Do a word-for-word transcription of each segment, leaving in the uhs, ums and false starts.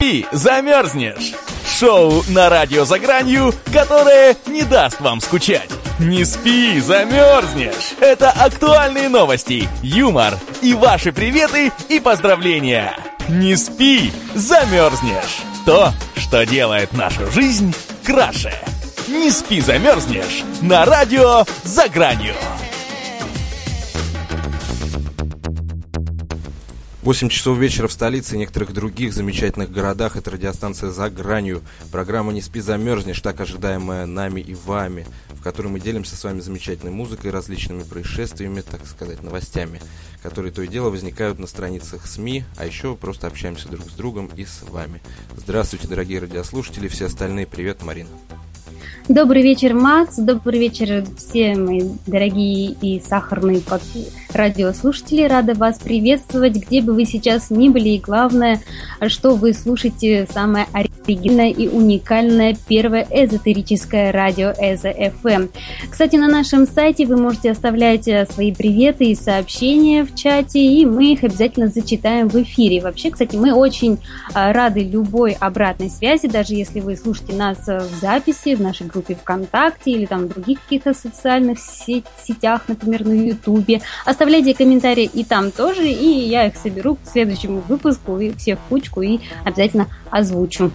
И замерзнешь. Шоу на радио «За гранью», которое не даст вам скучать. Не спи, замерзнешь. Это актуальные новости, юмор и ваши приветы и поздравления. Не спи, замерзнешь. То, что делает нашу жизнь краше. Не спи, замерзнешь. На радио «За гранью». восемь часов вечера в столице и некоторых других замечательных городах. Это радиостанция «За гранью». Программа «Не спи, замерзнешь», так ожидаемая нами и вами, в которой мы делимся с вами замечательной музыкой, различными происшествиями, так сказать, новостями, которые то и дело возникают на страницах СМИ, а еще просто общаемся друг с другом и с вами. Здравствуйте, дорогие радиослушатели, все остальные. Привет, Марина. Добрый вечер, Макс. Добрый вечер, все мои дорогие и сахарные под... радиослушатели. Рада вас приветствовать, где бы вы сейчас ни были. И главное, что вы слушаете самое оригинальное и уникальное первое эзотерическое радио Эзо эф эм. Кстати, на нашем сайте вы можете оставлять свои приветы и сообщения в чате, и мы их обязательно зачитаем в эфире. Вообще, кстати, мы очень рады любой обратной связи, даже если вы слушаете нас в записи, в нашей группе ВКонтакте или там в других каких-то социальных сеть, сетях, например, на Ютубе. Оставляйте комментарии и там тоже, и я их соберу к следующему выпуску, и всех в кучку, и обязательно озвучу.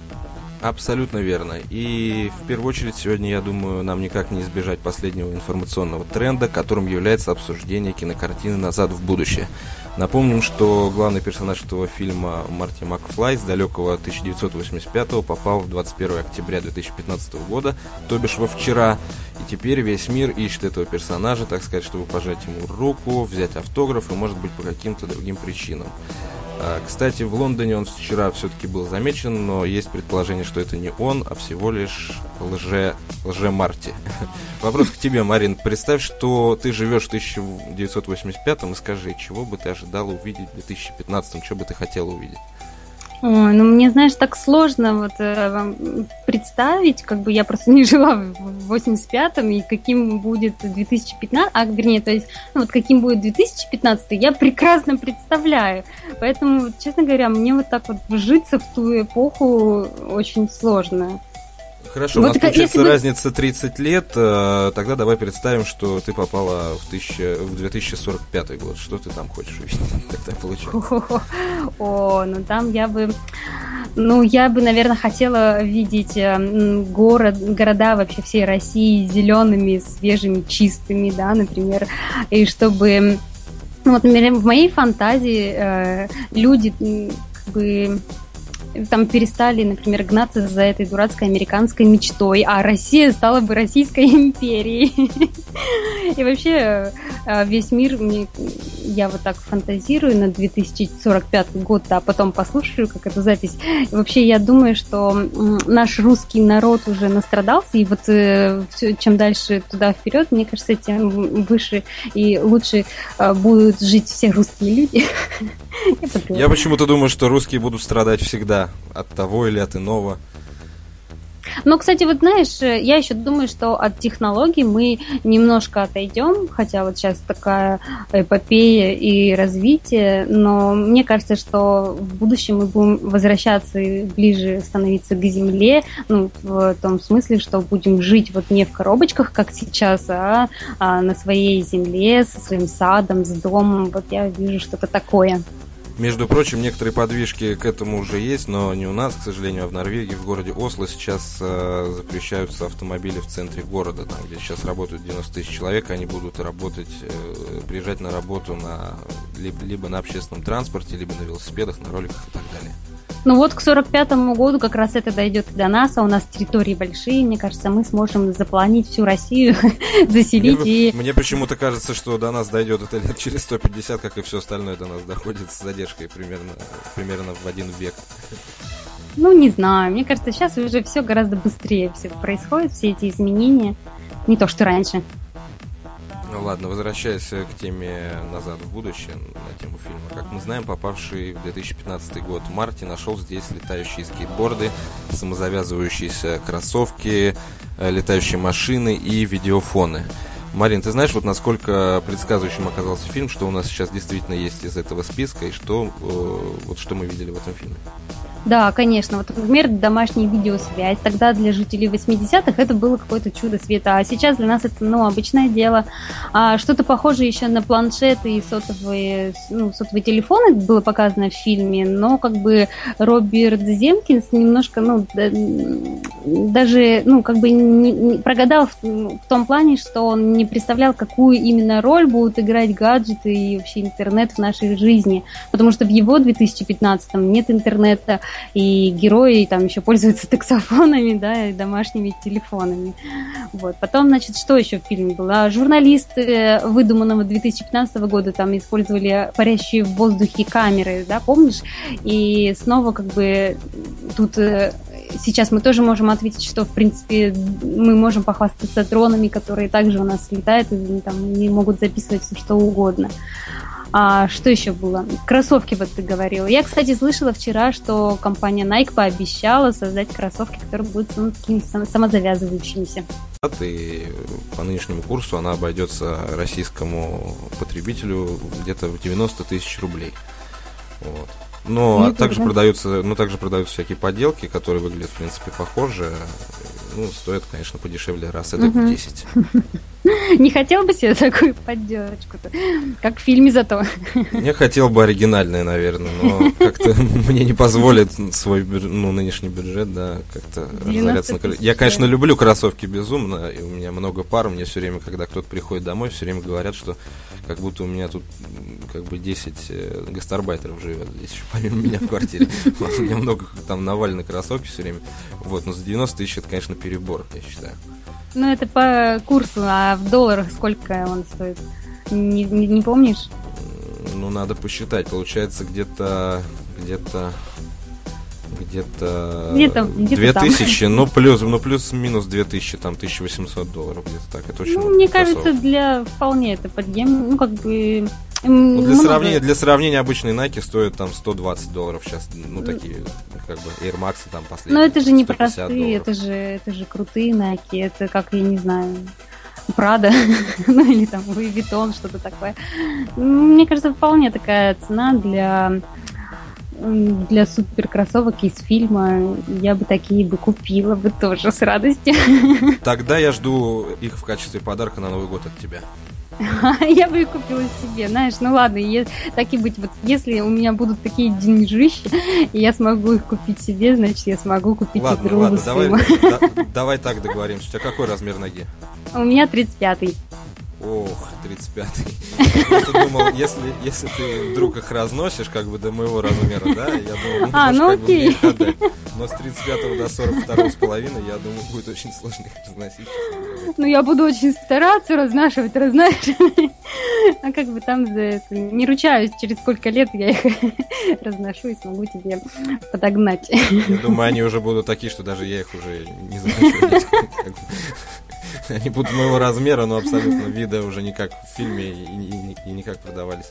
Абсолютно верно. И в первую очередь сегодня, я думаю, нам никак не избежать последнего информационного тренда, которым является обсуждение кинокартины «Назад в будущее». Напомним, что главный персонаж этого фильма Марти Макфлай с далекого тысяча девятьсот восемьдесят пятого попал в двадцать первое октября две тысячи пятнадцатого года, то бишь во вчера. И теперь весь мир ищет этого персонажа, так сказать, чтобы пожать ему руку, взять автограф и, может быть, по каким-то другим причинам. Кстати, в Лондоне он вчера все-таки был замечен, но есть предположение, что это не он, а всего лишь лже, лже-Марти. Вопрос к тебе, Марин. Представь, что ты живешь в тысяча девятьсот восемьдесят пятом и скажи, чего бы ты ожидала увидеть в две тысячи пятнадцатом, что бы ты хотела увидеть? Ой, ну мне, знаешь, так сложно вот э, представить, как бы я просто не жила в восемьдесят пятом, и каким будет две тысячи пятнадцатый, а, вернее, то есть, ну, вот каким будет две тысячи пятнадцатый, я прекрасно представляю. Поэтому, честно говоря, мне вот так вот вжиться в ту эпоху очень сложно. Хорошо, вот у нас получается бы... разница тридцать лет, тогда давай представим, что ты попала в, тысяча, в две тысячи сорок пятый год. Что ты там хочешь увидеть? Тогда получается. О, ну там я бы... Ну, я бы, наверное, хотела видеть город, города вообще всей России зелеными, свежими, чистыми, да, например, и чтобы... Ну, вот, например, в моей фантазии э, люди как бы... там перестали, например, гнаться за этой дурацкой американской мечтой, а Россия стала бы Российской империей. И вообще весь мир, мне, я вот так фантазирую на две тысячи сорок пятый год, а потом послушаю, как эту запись. И вообще я думаю, что наш русский народ уже настрадался, и вот чем дальше туда вперед, мне кажется, тем выше и лучше будут жить все русские люди. Я почему-то думаю, что русские будут страдать всегда от того или от иного. Ну, кстати, вот знаешь, я еще думаю, что от технологий мы немножко отойдем, хотя вот сейчас такая эпопея и развитие, но мне кажется, что в будущем мы будем возвращаться и ближе становиться к земле, ну, в том смысле, что будем жить вот не в коробочках, как сейчас, а, а на своей земле, со своим садом, с домом. Вот я вижу что-то такое. Между прочим, некоторые подвижки к этому уже есть, но не у нас, к сожалению, а в Норвегии, в городе Осло сейчас э, запрещаются автомобили в центре города, там, где сейчас работают девяносто тысяч человек, они будут работать, э, приезжать на работу на, либо, либо на общественном транспорте, либо на велосипедах, на роликах и так далее. Ну вот к сорок пятому году как раз это дойдет и до нас, а у нас территории большие, мне кажется, мы сможем заполонить всю Россию, заселить мне, и... Мне почему-то кажется, что до нас дойдет это лет через сто пятьдесят, как и все остальное до нас доходит с задержкой примерно, примерно в один век. Ну, не знаю, мне кажется, сейчас уже все гораздо быстрее все происходит, все эти изменения, не то, что раньше. Ну ладно, возвращаясь к теме «Назад в будущее», на тему фильма. Как мы знаем, попавший в две тысячи пятнадцатый год Марти нашел здесь летающие скейтборды, самозавязывающиеся кроссовки, летающие машины и видеофоны. Марин, ты знаешь, вот насколько предсказывающим оказался фильм, что у нас сейчас действительно есть из этого списка и что, вот что мы видели в этом фильме? Да, конечно. Вот, например, домашняя видеосвязь. Тогда для жителей восьмидесятых это было какое-то чудо света. А сейчас для нас это, ну, обычное дело. А что-то похожее еще на планшеты и сотовые, ну, сотовые телефоны было показано в фильме, но как бы Роберт Земкинс немножко, ну, даже, ну, как бы не, не прогадал в, в том плане, что он не представлял, какую именно роль будут играть гаджеты и вообще интернет в нашей жизни. Потому что в его две тысячи пятнадцатом нет интернета, и герои там еще пользуются таксофонами, да, и домашними телефонами. Вот. Потом, значит, что еще в фильме было? Журналисты выдуманного две тысячи пятнадцатого года там использовали парящие в воздухе камеры, да, помнишь? И снова как бы тут сейчас мы тоже можем ответить, что, в принципе, мы можем похвастаться дронами, которые также у нас летают и там не могут записывать все, что угодно. А что еще было? Кроссовки, вот ты говорила. Я, кстати, слышала вчера, что компания Nike пообещала создать кроссовки, которые будут, ну, такими самозавязывающимися. И по нынешнему курсу она обойдется российскому потребителю где-то в девяносто тысяч рублей. Вот. Но а также, да? продаются, ну, также продаются всякие подделки, которые выглядят, в принципе, похоже. Ну, стоят, конечно, подешевле раз эдак в десять. Не хотел бы себе такую подделочку-то, как в фильме зато. Я хотел бы оригинальное, наверное, но как-то мне не позволит свой, ну, нынешний бюджет, да, как-то разоряться на крылья. Я, конечно, люблю кроссовки безумно, и у меня много пар, мне все время, когда кто-то приходит домой, все время говорят, что как будто у меня тут как бы десять гастарбайтеров живет здесь еще помимо меня в квартире. У меня много там навалены кроссовки все время. Вот, но за девяносто тысяч это, конечно, перебор, я считаю. Ну, это по курсу, а в долларах сколько он стоит? Не, не, не помнишь? Ну, надо посчитать. Получается, где-то где-то где-то, где-то, где-то две тысячи, ну, плюс, ну, плюс-минус две тысячи, там, тысяча восемьсот долларов, где-то так. Это очень ну, мне кроссовок. кажется, для вполне это подъем, ну, как бы... Ну, для, сравнения, для сравнения обычные Nike стоят там сто двадцать долларов сейчас, ну, такие, как бы, Air Max там последние. Но это же не простые, это же, это же крутые Nike, это как, я не знаю, Prada, ну, или там Louis Vuitton, что-то такое. Мне кажется, вполне такая цена для, для супер кроссовок из фильма. Я бы такие бы купила бы тоже с радостью. Тогда я жду их в качестве подарка на Новый год от тебя. Я бы и купила себе, знаешь, ну ладно, я, так и быть, вот если у меня будут такие деньжищи, и я смогу их купить себе, значит, я смогу купить ладно, и другу ладно, своему. Давай, да, давай так договоримся. У тебя какой размер ноги? У меня тридцать пятый. Ох, тридцать пятый. Я просто думал, если, если ты вдруг их разносишь, как бы до моего размера, да, я думал, ну, а, ну, как бы окей. мне их отдать. Но с тридцать пятого до сорок второго с половиной, я думаю, будет очень сложно их разносить. Ну, я буду очень стараться разнашивать, разнашивать. А как бы там за это... Не ручаюсь, через сколько лет я их разношу и смогу тебе подогнать. Я думаю, они уже будут такие, что даже я их уже не захочу. Они будут моего размера, но абсолютно вида уже не как в фильме и, и, и не как продавались.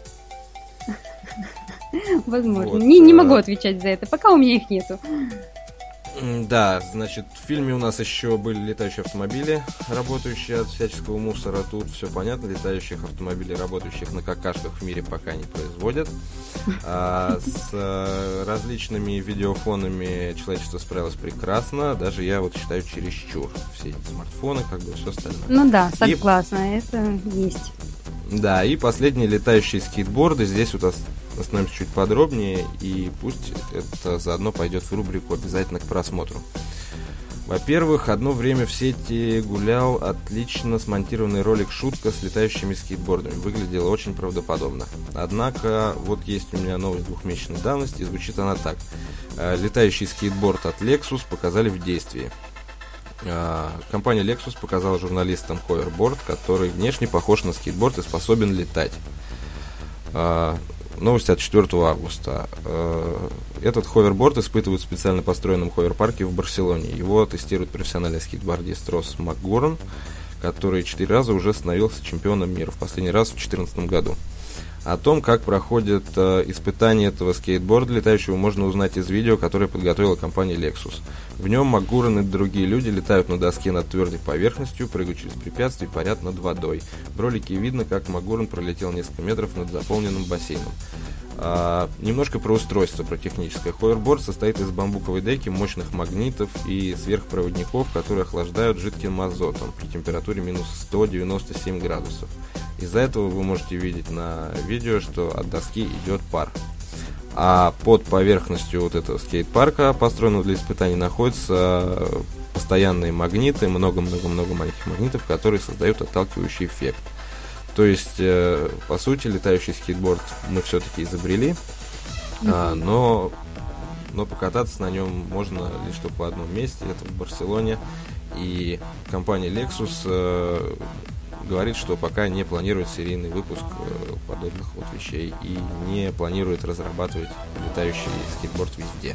Возможно. Вот. Не, не могу отвечать за это, пока у меня их нету. Да, значит, в фильме у нас еще были летающие автомобили, работающие от всяческого мусора. Тут все понятно, летающих автомобилей, работающих на какашках, в мире пока не производят. А с э, различными видеофонами человечество справилось прекрасно. Даже я вот считаю чересчур. Все эти смартфоны, как бы все остальное. Ну да, согласна, и... это есть. Да, и последние летающие скейтборды. Здесь вот остановимся чуть подробнее, и пусть это заодно пойдет в рубрику обязательно к просмотру. Во-первых, одно время в сети гулял отлично смонтированный ролик «Шутка с летающими скейтбордами». Выглядело очень правдоподобно. Однако, вот есть у меня новость двухмесячной давности, и звучит она так. Летающий скейтборд от Lexus показали в действии. Компания Lexus показала журналистам ховерборд, который внешне похож на скейтборд и способен летать. Новости от четвёртого августа. Этот ховерборд испытывают в специально построенном ховерпарке в Барселоне. Его тестирует профессиональный скейтбордист Росс Макгорн, который четыре раза уже становился чемпионом мира, в последний раз в две тысячи четырнадцатом году. О том, как проходит э, испытание этого скейтборда летающего, можно узнать из видео, которое подготовила компания Lexus. В нем Макгурен и другие люди летают на доске над твердой поверхностью, прыгают через препятствия и парят над водой. В ролике видно, как Макгурен пролетел несколько метров над заполненным бассейном. А, немножко про устройство, про техническое. Ховерборд состоит из бамбуковой деки, мощных магнитов и сверхпроводников, которые охлаждают жидким азотом при температуре минус сто девяносто семь градусов. Из-за этого вы можете видеть на видео, что от доски идет пар. А под поверхностью вот этого скейт-парка, построенного для испытаний, находятся постоянные магниты, много-много-много маленьких магнитов, которые создают отталкивающий эффект. То есть, э, по сути, летающий скейтборд мы все-таки изобрели, mm-hmm. а, но, но покататься на нем можно лишь только в одном месте, это в Барселоне. И компания Lexus э, говорит, что пока не планирует серийный выпуск э, подобных вот вещей и не планирует разрабатывать летающий скейтборд везде.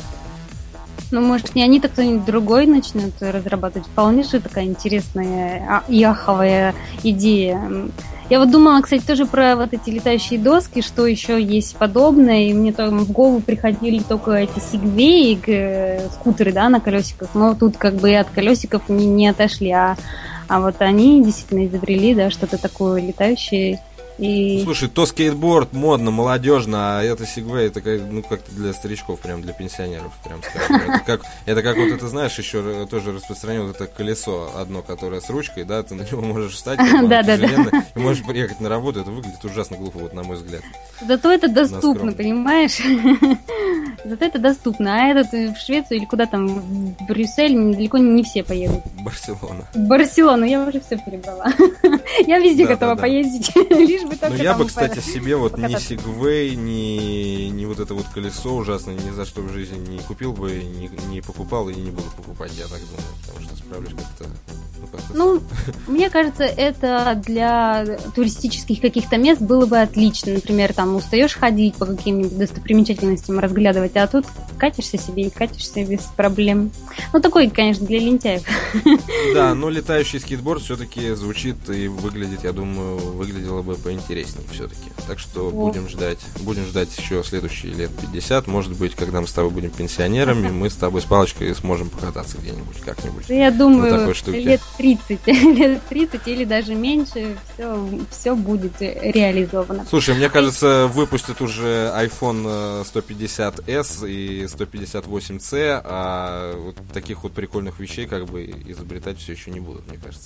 Ну, может, не они, так кто-нибудь другой начнет разрабатывать. Вполне же такая интересная яховая идея. Я вот думала, кстати, тоже про вот эти летающие доски, что еще есть подобное, и мне там в голову приходили только эти сегвеи, скутеры, да, на колесиках, но тут как бы и от колесиков не, не отошли, а, а вот они действительно изобрели, да, что-то такое летающее. И... Слушай, то скейтборд модно, молодежно, а это сегвей, это как, ну, как-то для старичков, прям для пенсионеров, прям скажем. Это как, это как вот это, знаешь, еще тоже распространено вот это колесо одно, которое с ручкой, да, ты на него можешь встать, тяжеленное, и можешь приехать на работу, это выглядит ужасно глупо, вот на мой взгляд. Зато это доступно, понимаешь? Зато это доступно, а этот в Швецию или куда там, в Брюссель, далеко не все поедут. Барселона. Барселону, я уже все перебрала. Я везде готова поездить, лишь бы только. Ну, я бы, кстати, себе вот ни сегвей, ни, ни вот это вот колесо ужасное ни за что в жизни не купил бы, не, не покупал и не буду покупать, я так думаю, потому что справлюсь как-то... Ну, как-то ну мне кажется, это для туристических каких-то мест было бы отлично. Например, там устаешь ходить по каким-нибудь достопримечательностям, разглядывать, а тут катишься себе и катишься без проблем. Ну, такой, конечно, для лентяев. Да, но летающий скейтборд все-таки звучит и выглядит, я думаю, выглядело бы поинтереснее все-таки. Так что О. будем ждать, будем ждать еще следующие лет пятьдесят. Может быть, когда мы с тобой будем пенсионерами, мы с тобой с палочкой сможем покататься где-нибудь, как-нибудь. Я думаю, лет тридцать, лет тридцать или даже меньше, все, все будет реализовано. Слушай, мне кажется, выпустят уже iPhone сто пятьдесят эс и сто пятьдесят восемь си, а вот таких вот прикольных вещей как бы изобретать все еще не будут, мне кажется.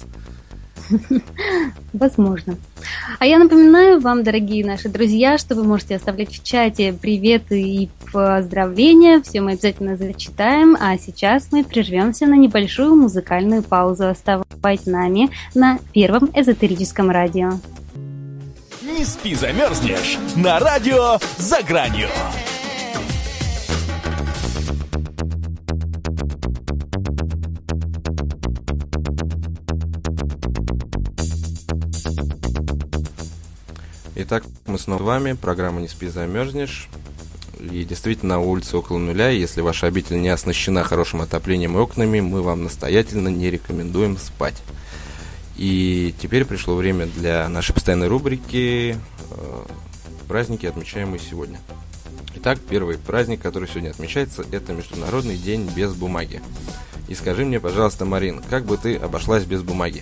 Возможно. А я напоминаю вам, дорогие наши друзья, что вы можете оставлять в чате приветы и поздравления. Все мы обязательно зачитаем. А сейчас мы прервемся на небольшую музыкальную паузу. Оставайтесь с нами на Первом эзотерическом радио. Не спи, замерзнешь на радио «За гранью». Итак, мы снова с вами, программа «Не спи, замерзнешь». И действительно, на улице около нуля, если ваша обитель не оснащена хорошим отоплением и окнами, мы вам настоятельно не рекомендуем спать. И теперь пришло время для нашей постоянной рубрики «Праздники, отмечаемые сегодня». Итак, первый праздник, который сегодня отмечается, это Международный день без бумаги. И скажи мне, пожалуйста, Марин, как бы ты обошлась без бумаги?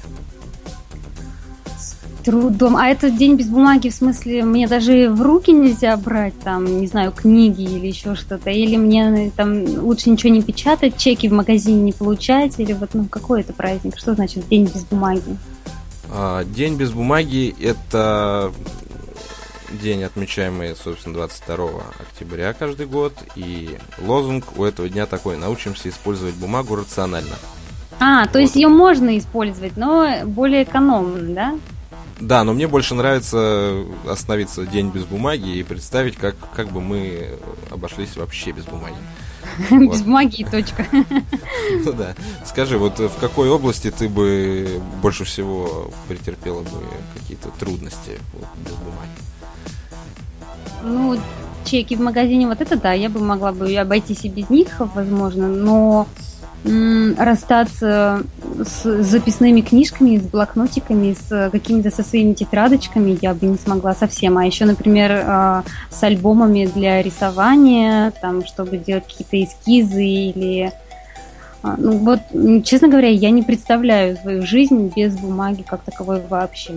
Трудом. А этот день без бумаги, в смысле, мне даже в руки нельзя брать, там, не знаю, книги или еще что-то, или мне там лучше ничего не печатать, чеки в магазине не получать, или вот, ну, какой это праздник? Что значит день без бумаги? А, день без бумаги – это день, отмечаемый, собственно, двадцать второго октября каждый год, и лозунг у этого дня такой: научимся использовать бумагу рационально. А, вот. То есть ее можно использовать, но более экономно, да? Да, но мне больше нравится остановиться день без бумаги и представить, как, как бы мы обошлись вообще без бумаги. Без бумаги и точка. Ну да. Скажи, вот в какой области ты бы больше всего претерпела бы какие-то трудности без бумаги? Ну, чеки в магазине, вот это да, я бы могла бы обойтись и без них, возможно, но расстаться с записными книжками, с блокнотиками, с какими-то со своими тетрадочками я бы не смогла совсем. А еще, например, с альбомами для рисования, там, чтобы делать какие-то эскизы или... Ну вот, честно говоря, я не представляю свою жизнь без бумаги как таковой вообще.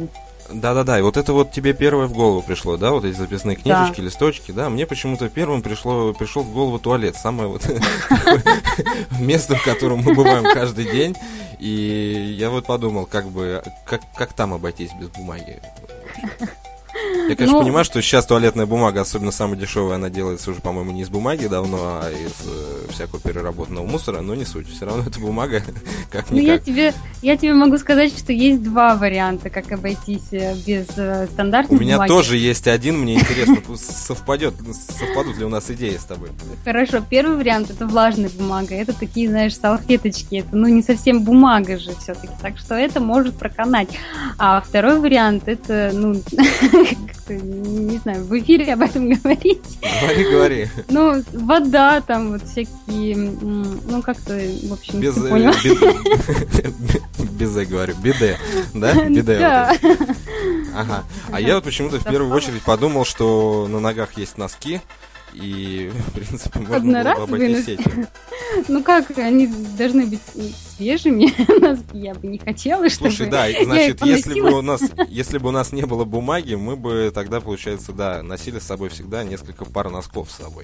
Да-да-да, и вот это вот тебе первое в голову пришло, да, вот эти записные книжечки, Да. листочки, да, мне почему-то первым пришло, пришел в голову туалет, самое вот место, в котором мы бываем каждый день, и я вот подумал, как бы, как, как там обойтись без бумаги. Я, конечно, Ну, понимаю, что сейчас туалетная бумага, особенно самая дешевая, она делается уже, по-моему, не из бумаги давно, а из э, всякого переработанного мусора, но не суть. Все равно это бумага, ну я как-никак. тебе, я тебе могу сказать, что есть два варианта, как обойтись э, без э, У стандартной меня бумаги. тоже есть один, мне интересно, совпадет, совпадут ли у нас идеи с тобой. Хорошо, первый вариант это влажная бумага, это такие, знаешь, салфеточки, это ну не совсем бумага же все-таки, так что это может проканать. А второй вариант это, ну, как-то, не знаю, в эфире об этом говорить. Говори, говори. Ну, вода там, вот всякие, м, ну как-то, в общем, Без, ты э, понял. без- Безе говорю, биде, да? Биде. Да. вот это. Ага. А я вот почему-то в первую очередь подумал, что на ногах есть носки, и, в принципе, можно было бы Одноразовые обойтись носки. этим. Ну как, они должны быть свежими, носки я бы не хотела, чтобы... Слушай, да, я их значит, если бы поносила. у нас, если бы у нас не было бумаги, мы бы тогда, получается, да, носили с собой всегда несколько пар носков с собой.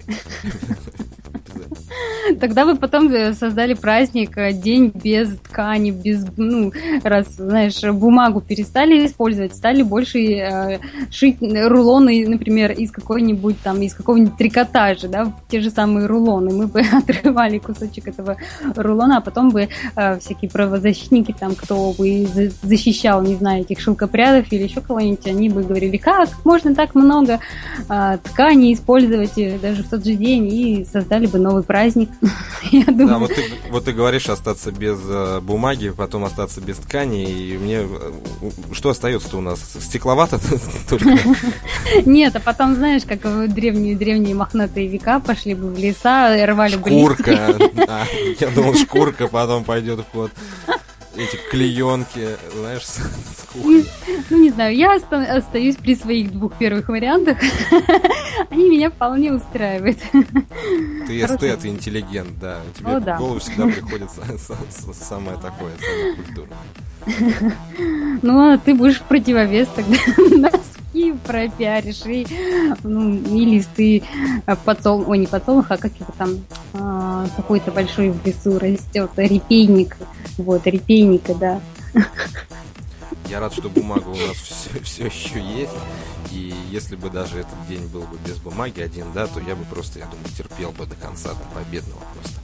Тогда вы потом э, создали праздник, э, день без ткани, без, ну, раз, знаешь, бумагу перестали использовать, стали больше э, шить рулоны, например, из какой-нибудь там, из какого-нибудь трикотажа, да, те же самые рулоны. Мы бы отрывали кусочек этого рулона, а потом бы э, всякие правозащитники, там, кто бы за- защищал, не знаю, этих шелкопрядов или еще кого-нибудь, они бы говорили, как можно так много э, ткани использовать э, даже в тот же день, и создали бы новый праздник. Я думаю, Да, вот ты, вот ты говоришь остаться без э, бумаги, потом остаться без ткани, и мне э, что остается-то у нас? Стекловато только? нет, а потом, знаешь, как в древние-древние мохнатые века пошли бы в леса, рвали бы листья. Шкурка. А, я думал, шкурка потом пойдет в ход. Эти клеенки, знаешь, с с кухни. Ну, не знаю, я оста- остаюсь при своих двух первых вариантах. Они меня вполне устраивают. Ты эстет, интеллигент, да. Тебе О, в да. голову всегда приходит са- са- са- самое такое, самое культурное. Ну, а ты будешь в противовес тогда. Носки пропиаришь и, ну, и листы подсол... Ой, не подсолнух, а как его там а, какой-то большой в лесу растет, репейник. Вот, репейника, да. Я рад, что бумага у нас все, все еще есть. И если бы даже этот день был бы без бумаги один, да, то я бы просто, я думаю, терпел бы до конца, до победного просто.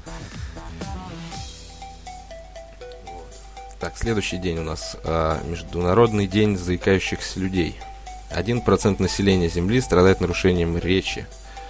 Вот. Так, следующий день у нас а, Международный день заикающихся людей. Один процент населения Земли страдает нарушением речи.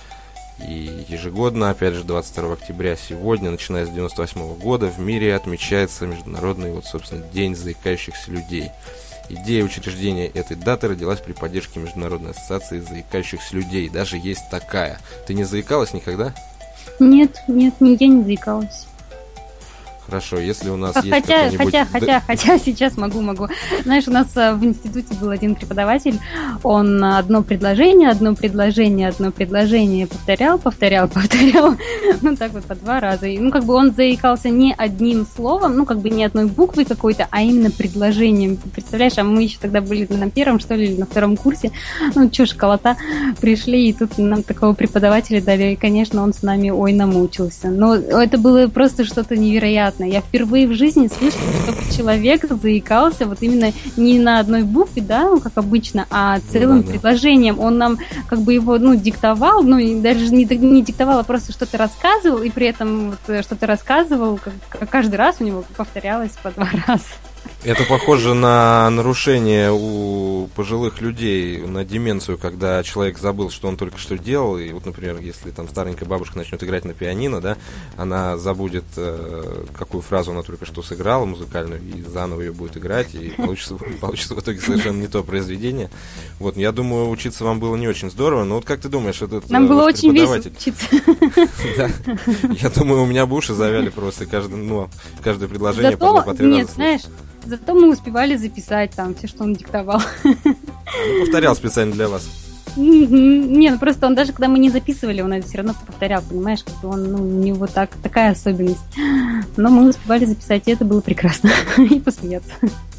И ежегодно, опять же, двадцать второго октября сегодня, начиная с девяносто восьмого года, в мире отмечается Международный, вот, собственно, день заикающихся людей. Идея учреждения этой даты родилась при поддержке Международной ассоциации заикающихся людей. Даже есть такая. Ты не заикалась никогда? Нет, нет, нигде не заикалась. Хорошо, если у нас А есть хотя, какой-нибудь... хотя, д- хотя, хотя сейчас могу, могу. Знаешь, у нас э, в институте был один преподаватель, он одно предложение, одно предложение, одно предложение повторял, повторял, повторял, ну так вот по два раза. И, ну как бы он заикался не одним словом, ну как бы не одной буквой какой-то, а именно предложением. Ты представляешь, а мы еще тогда были на первом, что ли, или на втором курсе, ну чё, школота, пришли, и тут нам такого преподавателя дали, и, конечно, он с нами, ой, намучился. Но это было просто что-то невероятное. Я впервые в жизни слышала, чтобы человек заикался вот именно не на одной букве, да, ну, как обычно, а целым Ну да, да. предложением. Он нам как бы его, ну, диктовал, ну, и даже не, не диктовал, а просто что-то рассказывал, и при этом вот, что-то рассказывал, как, каждый раз у него повторялось по два раза. Это похоже на нарушение у пожилых людей, на деменцию, когда человек забыл, что он только что делал. И вот, например, если там старенькая бабушка начнет играть на пианино, да, она забудет, э, какую фразу она только что сыграла музыкальную, и заново ее будет играть, и получится, получится в итоге совершенно не то произведение. Вот, я думаю, учиться вам было не очень здорово, но вот как ты думаешь, этот Нам э, было ваш очень весело преподаватель- учиться. Да. Я думаю, у меня бы уши завяли просто, каждый, ну, каждое предложение по Зато, два, по три нет, раза. знаешь, зато мы успевали записать там все, что он диктовал. Ну, повторял специально для вас. Мгм. Не, ну просто он даже когда мы не записывали, он это все равно повторял, понимаешь, как бы он, ну, у него так, такая особенность. Но мы успевали записать, и это было прекрасно. И посмеяться.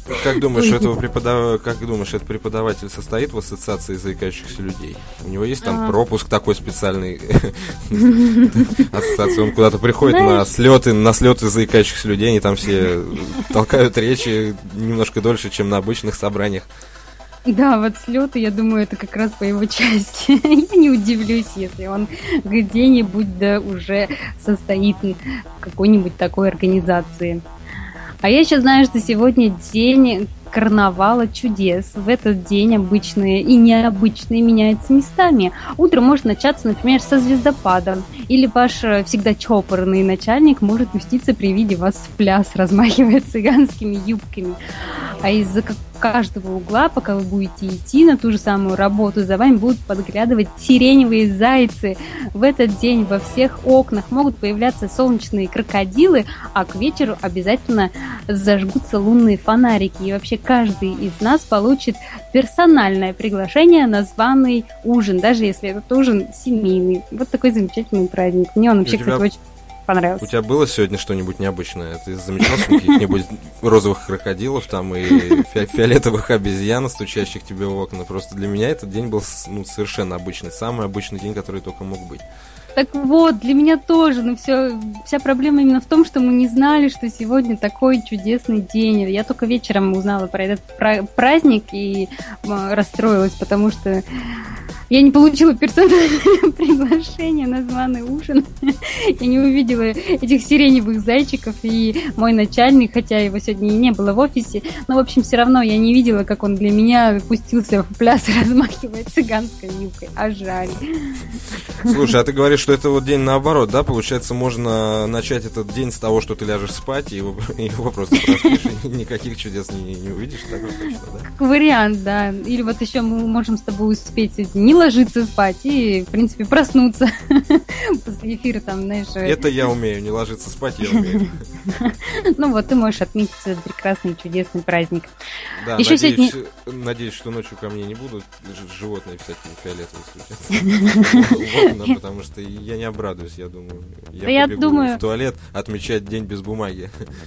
Как думаешь, этого преподав... как думаешь, этот преподаватель состоит в ассоциации заикающихся людей? У него есть там пропуск такой специальный ассоциации? Он куда-то приходит на слеты, на слеты заикающихся людей, они там все толкают речи немножко дольше, чем на обычных собраниях. Да, вот слеты, я думаю, это как раз по его части. Я не удивлюсь, если он где-нибудь да уже состоит в какой-нибудь такой организации. А я еще знаю, что сегодня день карнавала чудес. В этот день обычные и необычные меняются местами. Утро может начаться, например, со звездопада. Или ваш всегда чопорный начальник может пуститься при виде вас в пляс, размахивая цыганскими юбками. А из-за каждого угла, пока вы будете идти на ту же самую работу, за вами будут подглядывать сиреневые зайцы. В этот день во всех окнах могут появляться солнечные крокодилы, а к вечеру обязательно зажгутся лунные фонарики. И вообще каждый из нас получит персональное приглашение на званый ужин, даже если этот ужин семейный. Вот такой замечательный праздник. Мне он вообще, тебя... кстати, очень понравился. У тебя было сегодня что-нибудь необычное? Ты замечал каких-нибудь розовых крокодилов там и фи- фиолетовых обезьян, стучащих тебе в окна? Просто для меня этот день был ну, совершенно обычный, самый обычный день, который только мог быть. Так вот, для меня тоже, но все, вся проблема именно в том, что мы не знали, что сегодня такой чудесный день. Я только вечером узнала про этот праздник и расстроилась, потому что я не получила персональное приглашение на званый ужин. Я не увидела этих сиреневых зайчиков, и мой начальник, хотя его сегодня и не было в офисе, но, в общем, все равно я не видела, как он для меня пустился в пляс, размахивая цыганской юбкой. А жаль. Слушай, а ты говоришь, что это вот день наоборот, да? Получается, можно начать этот день с того, что ты ляжешь спать, и его, его просто проспишь, и никаких чудес не, не увидишь, так вот точно, да? Как вариант, да. Или вот еще мы можем с тобой успеть не ложиться спать и, в принципе, проснуться после эфира, там, знаешь... Это я умею, не ложиться спать я умею. Ну вот, ты можешь отметить этот прекрасный, чудесный праздник. Да, еще надеюсь, сегодня... надеюсь, что ночью ко мне не будут животные всякие фиолетовые стучаться, потому что я не обрадуюсь, я думаю. Я, я побегу думаю... в туалет отмечать день без бумаги.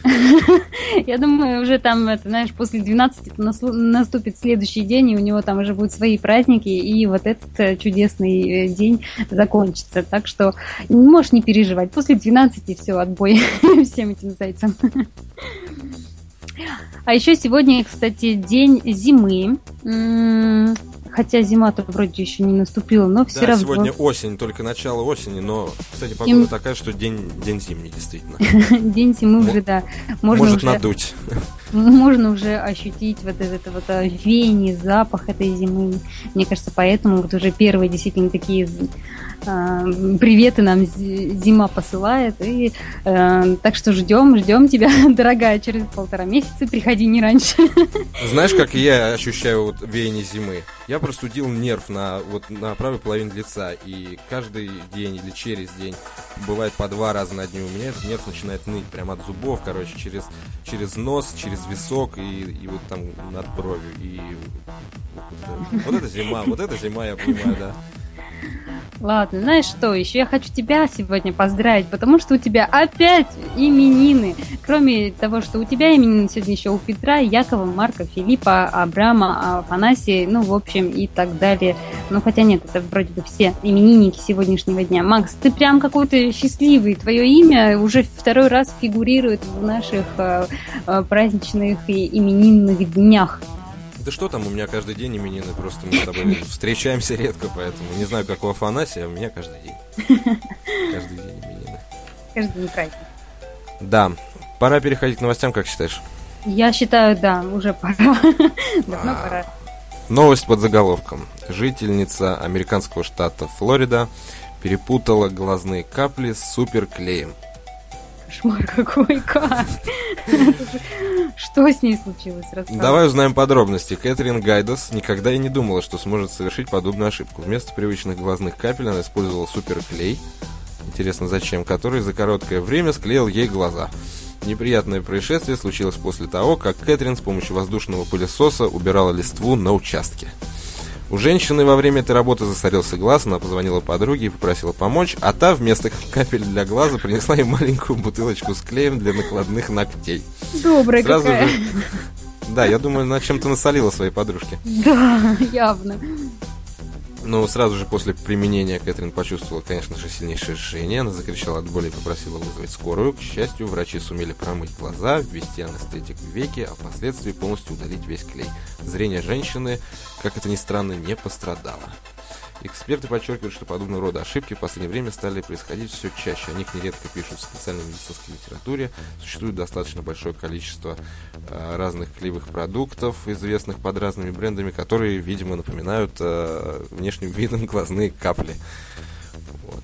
Я думаю, уже там, это, знаешь, после двенадцати наступит следующий день, и у него там уже будут свои праздники, и вот этот чудесный день закончится. Так что можешь не переживать. После двенадцати все, отбой всем этим зайцам. А еще сегодня, кстати, день зимы. Хотя зима-то вроде еще не наступила, но все да, равно. Сегодня осень, только начало осени, но, кстати, погода Им... такая, что день, день зимний, действительно. День зимы уже, да. Можно Может уже... надуть. Можно уже ощутить вот это вот веяние, запах этой зимы. Мне кажется, поэтому вот уже первые действительно такие э, приветы нам зима посылает. И, э, так что ждем, ждем тебя, дорогая, через полтора месяца. Приходи не раньше. Знаешь, как я ощущаю вот веяние зимы? Я простудил нерв на, вот, на правой половине лица, и каждый день или через день, бывает по два раза на дню, у меня этот нерв начинает ныть прямо от зубов, короче, через, через нос, через висок и, и вот там над бровью. И вот, вот это зима, вот это зима, я понимаю, да. Ладно, знаешь что, еще я хочу тебя сегодня поздравить, потому что у тебя опять именины. Кроме того, что у тебя именины сегодня еще у Петра, Якова, Марка, Филиппа, Абрама, Афанасия, ну, в общем, и так далее. Ну, хотя нет, это вроде бы все именинники сегодняшнего дня. Макс, ты прям какой-то счастливый. Твое имя уже второй раз фигурирует в наших э, э, праздничных и именинных днях. Да что там, у меня каждый день именины, просто мы с тобой встречаемся редко, поэтому не знаю, как у Афанасия, а у меня каждый день. Каждый день именины. Каждый день праздник. Да. Пора переходить к новостям, как считаешь? Я считаю, да, уже пора. Давно пора. Новость под заголовком. Жительница американского штата Флорида перепутала глазные капли с суперклеем. Кошмар какой, как? Что с ней случилось? Рассказывай. Давай узнаем подробности. Кэтрин Гайдас никогда и не думала, что сможет совершить подобную ошибку. Вместо привычных глазных капель она использовала суперклей, интересно зачем, который за короткое время склеил ей глаза. Неприятное происшествие случилось после того, как Кэтрин с помощью воздушного пылесоса убирала листву на участке. У женщины во время этой работы засорился глаз, она позвонила подруге и попросила помочь, а та вместо капель для глаза принесла ей маленькую бутылочку с клеем для накладных ногтей. Добрая Сразу какая. Же... Да, я думаю, она чем-то насолила своей подружке. Да, явно. Но сразу же после применения Кэтрин почувствовала, конечно же, сильнейшее жжение. Она закричала от боли и попросила вызвать скорую. К счастью, врачи сумели промыть глаза, ввести анестетик в веки, а впоследствии полностью удалить весь клей. Зрение женщины, как это ни странно, не пострадало. Эксперты подчеркивают, что подобного рода ошибки в последнее время стали происходить все чаще. О них нередко пишут в специальной медицинской литературе. Существует достаточно большое количество э, разных клеевых продуктов, известных под разными брендами, которые, видимо, напоминают э, внешним видом глазные капли. Вот.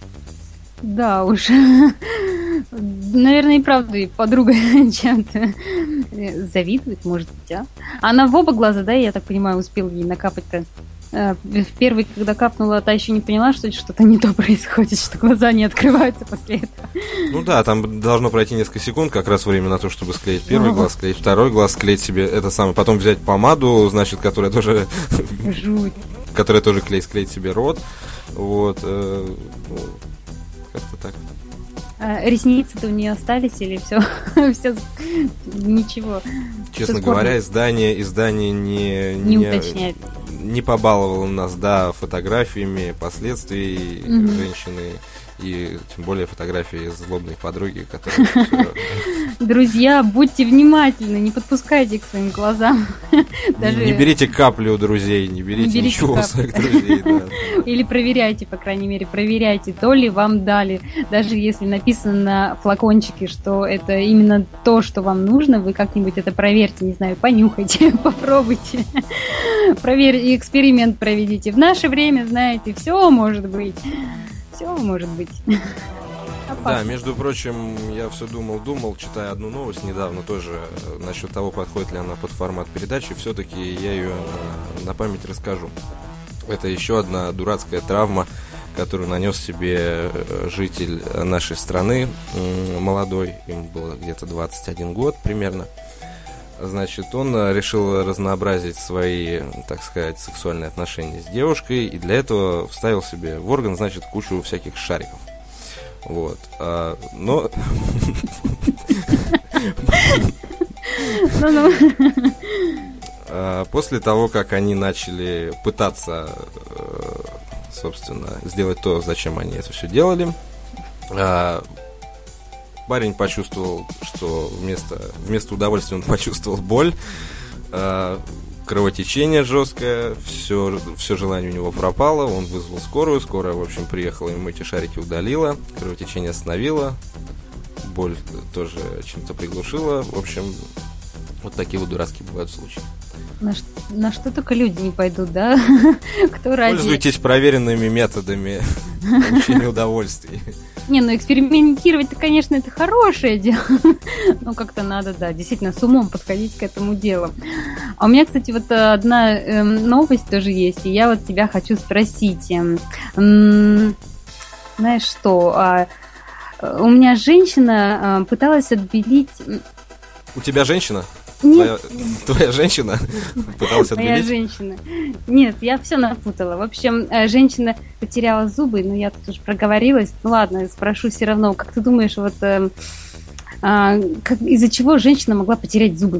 Да уж. Наверное, и правда, и подруга чем-то завидует, может быть, а? Она в оба глаза, да, я так понимаю, успела ей накапать-то. В первый, когда капнула, та еще не поняла, что что-то не то происходит, что глаза не открываются после этого. Ну да, там должно пройти несколько секунд, как раз время на то, чтобы склеить первый глаз, склеить второй глаз, склеить себе это самое, потом взять помаду, значит, которая тоже... Жуть. Которая тоже клей, склеить себе рот. Вот. Э, ну, как-то так. А ресницы-то у нее остались или все? Все ничего. Честно говоря, издание, издание не, не, не уточняет. Не побаловало нас, да, фотографиями последствий mm-hmm. женщины и тем более фотографии злобной подруги, которая... Друзья, будьте внимательны, не подпускайте к своим глазам. Даже... Не, не берите капли у друзей, не берите, не берите ничего капли. У своих друзей. Да, да. Или проверяйте, по крайней мере, проверяйте, то ли вам дали. Даже если написано на флакончике, что это именно то, что вам нужно, вы как-нибудь это проверьте, не знаю, понюхайте, попробуйте. Проверьте, эксперимент проведите. В наше время, знаете, все может быть. Все может быть. Да, между прочим, я все думал-думал, читая одну новость недавно тоже насчет того, подходит ли она под формат передачи. Все-таки я ее на, на память расскажу. Это еще одна дурацкая травма, которую нанес себе житель нашей страны, молодой, ему было где-то двадцать один год примерно. Значит, он решил разнообразить свои, так сказать, сексуальные отношения с девушкой, и для этого вставил себе в орган, значит, кучу всяких шариков. Вот. А, но... После того, как они начали пытаться, собственно, сделать то, зачем они это все делали, парень почувствовал, что вместо, вместо удовольствия он почувствовал боль, э, кровотечение жесткое, все, все желание у него пропало, он вызвал скорую, скорая, в общем, приехала, ему эти шарики удалила, кровотечение остановила, боль тоже чем-то приглушила, в общем, вот такие вот дурацкие бывают случаи. На, ш- на что только люди не пойдут, да? Кто ради... Пользуйтесь проверенными методами получения удовольствий. Не, ну экспериментировать-то, конечно, это хорошее дело. Но как-то надо, да, действительно с умом подходить к этому делу. А у меня, кстати, вот одна э, новость тоже есть, и я вот тебя хочу спросить. Э, э, знаешь что, э, у меня женщина э, пыталась отбелить... У тебя женщина? Нет. Твоя, твоя женщина пыталась отбелить? Моя женщина. Нет, я все напутала. В общем, женщина потеряла зубы, но я тут уже проговорилась. Ну ладно, спрошу все равно. Как ты думаешь, вот э, э, как, из-за чего женщина могла потерять зубы?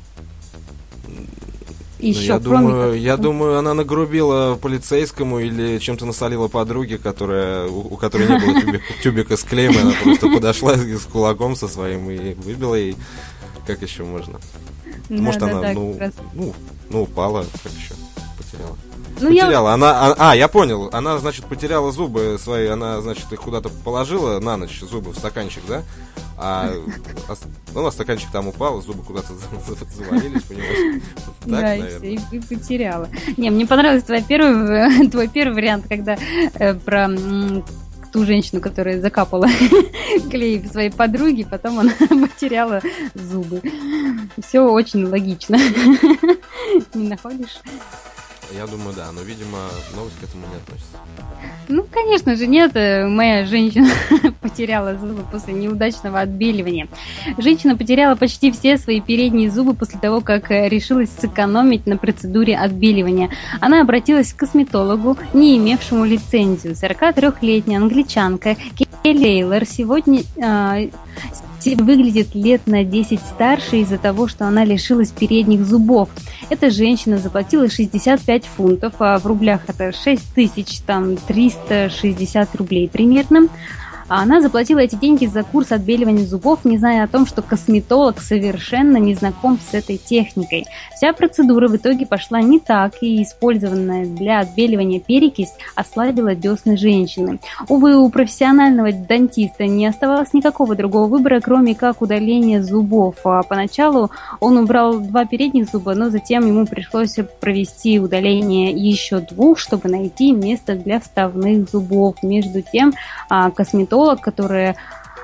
Еще, я, кроме думаю, как... я думаю, она нагрубила полицейскому или чем-то насолила подруге, которая, у, у которой не было тюбика, тюбика с клеем, она просто подошла с кулаком со своим и выбила ей. Как еще можно? Да, Может, да, она, да, ну, ну, ну, упала, как еще? Потеряла. Ну, потеряла. Я... Она, а, а, я понял. Она, значит, потеряла зубы свои, она, значит, их куда-то положила на ночь, зубы в стаканчик, да? А, ну, а стаканчик там упал, зубы куда-то завалились, понимаешь? Так, да, наверное. И, все, и потеряла. Не, мне понравился твой первый, твой первый вариант, когда э, про... ту женщину, которая закапала клей в своей подруге, потом она потеряла зубы. Все очень логично. Не находишь? Я думаю, да, но, видимо, новость к этому не относится. Ну, конечно же, нет. Моя женщина потеряла зубы после неудачного отбеливания. Женщина потеряла почти все свои передние зубы после того, как решилась сэкономить на процедуре отбеливания. Она обратилась к косметологу, не имевшему лицензию. сорокатрёхлетняя англичанка Келли Лейлор сегодня... Э, выглядит лет на десять старше из-за того, что она лишилась передних зубов. Эта женщина заплатила шестьдесят пять фунтов, а в рублях это шесть тысяч триста шестьдесят рублей примерно. Она заплатила эти деньги за курс отбеливания зубов, не зная о том, что косметолог совершенно не знаком с этой техникой. Вся процедура в итоге пошла не так, и использованная для отбеливания перекись ослабила десны женщины. Увы, у профессионального дантиста не оставалось никакого другого выбора, кроме как удаления зубов. А поначалу он убрал два передних зуба, но затем ему пришлось провести удаление еще двух, чтобы найти место для вставных зубов. Между тем, косметолог Которая,